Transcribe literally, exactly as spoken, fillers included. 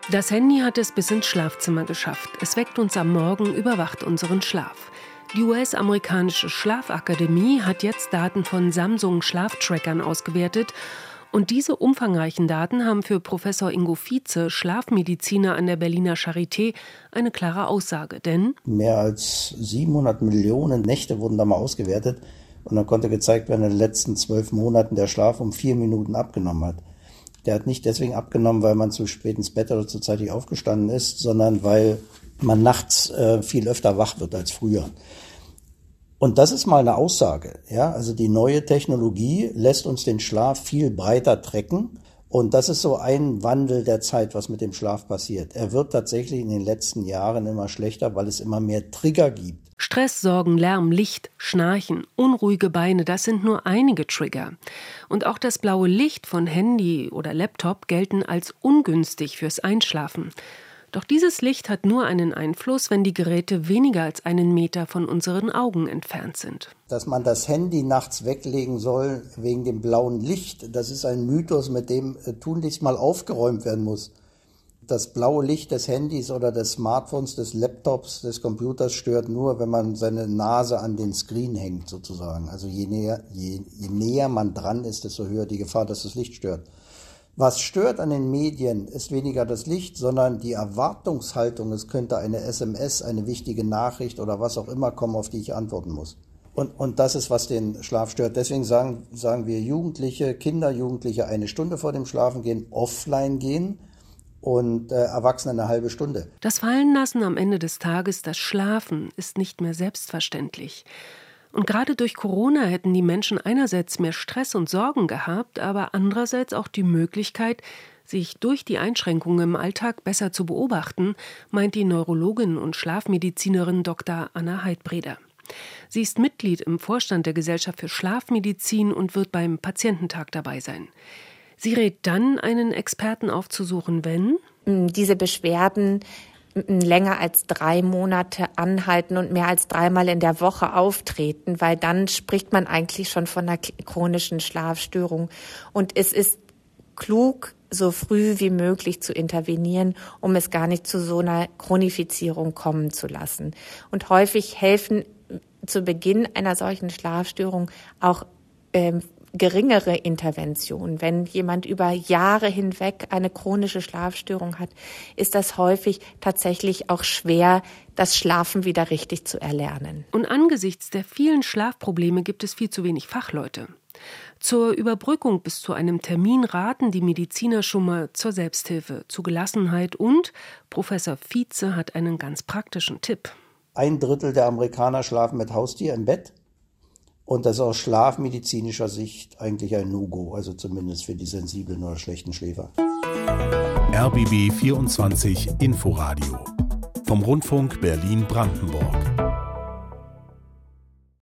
Das Handy hat es bis ins Schlafzimmer geschafft. Es weckt uns am Morgen, überwacht unseren Schlaf. Die U S-amerikanische Schlafakademie hat jetzt Daten von Samsung-Schlaftrackern ausgewertet. Und diese umfangreichen Daten haben für Professor Ingo Vietze, Schlafmediziner an der Berliner Charité, eine klare Aussage. Denn mehr als siebenhundert Millionen Nächte wurden da mal ausgewertet. Und dann konnte gezeigt werden, in den letzten zwölf Monaten der Schlaf um vier Minuten abgenommen hat. Der hat nicht deswegen abgenommen, weil man zu spät ins Bett oder zu zeitig aufgestanden ist, sondern weil man nachts äh, viel öfter wach wird als früher. Und das ist mal eine Aussage. Ja? Also die neue Technologie lässt uns den Schlaf viel breiter tracken. Und das ist so ein Wandel der Zeit, was mit dem Schlaf passiert. Er wird tatsächlich in den letzten Jahren immer schlechter, weil es immer mehr Trigger gibt. Stress, Sorgen, Lärm, Licht, Schnarchen, unruhige Beine, das sind nur einige Trigger. Und auch das blaue Licht von Handy oder Laptop gelten als ungünstig fürs Einschlafen. Doch dieses Licht hat nur einen Einfluss, wenn die Geräte weniger als einen Meter von unseren Augen entfernt sind. Dass man das Handy nachts weglegen soll wegen dem blauen Licht, das ist ein Mythos, mit dem tunlichst mal aufgeräumt werden muss. Das blaue Licht des Handys oder des Smartphones, des Laptops, des Computers stört nur, wenn man seine Nase an den Screen hängt sozusagen. Also je näher, je, je näher man dran ist, desto höher die Gefahr, dass das Licht stört. Was stört an den Medien, ist weniger das Licht, sondern die Erwartungshaltung. Es könnte eine S M S, eine wichtige Nachricht oder was auch immer kommen, auf die ich antworten muss. Und, und das ist, was den Schlaf stört. Deswegen sagen, sagen wir Jugendliche, Kinder, Jugendliche eine Stunde vor dem Schlafengehen offline gehen und äh, Erwachsene eine halbe Stunde. Das Fallenlassen am Ende des Tages, das Schlafen, ist nicht mehr selbstverständlich. Und gerade durch Corona hätten die Menschen einerseits mehr Stress und Sorgen gehabt, aber andererseits auch die Möglichkeit, sich durch die Einschränkungen im Alltag besser zu beobachten, meint die Neurologin und Schlafmedizinerin Doktor Anna Heidbreder. Sie ist Mitglied im Vorstand der Gesellschaft für Schlafmedizin und wird beim Patiententag dabei sein. Sie rät dann, einen Experten aufzusuchen, wenn diese Beschwerden länger als drei Monate anhalten und mehr als dreimal in der Woche auftreten, weil dann spricht man eigentlich schon von einer chronischen Schlafstörung. Und es ist klug, so früh wie möglich zu intervenieren, um es gar nicht zu so einer Chronifizierung kommen zu lassen. Und häufig helfen zu Beginn einer solchen Schlafstörung auch ähm, geringere Intervention. Wenn jemand über Jahre hinweg eine chronische Schlafstörung hat, ist das häufig tatsächlich auch schwer, das Schlafen wieder richtig zu erlernen. Und angesichts der vielen Schlafprobleme gibt es viel zu wenig Fachleute. Zur Überbrückung bis zu einem Termin raten die Mediziner schon mal zur Selbsthilfe, zu Gelassenheit und Professor Vietze hat einen ganz praktischen Tipp. Ein Drittel der Amerikaner schlafen mit Haustier im Bett. Und das ist aus schlafmedizinischer Sicht eigentlich ein No-Go, also zumindest für die sensiblen oder schlechten Schläfer. R B B vierundzwanzig Inforadio vom Rundfunk Berlin-Brandenburg.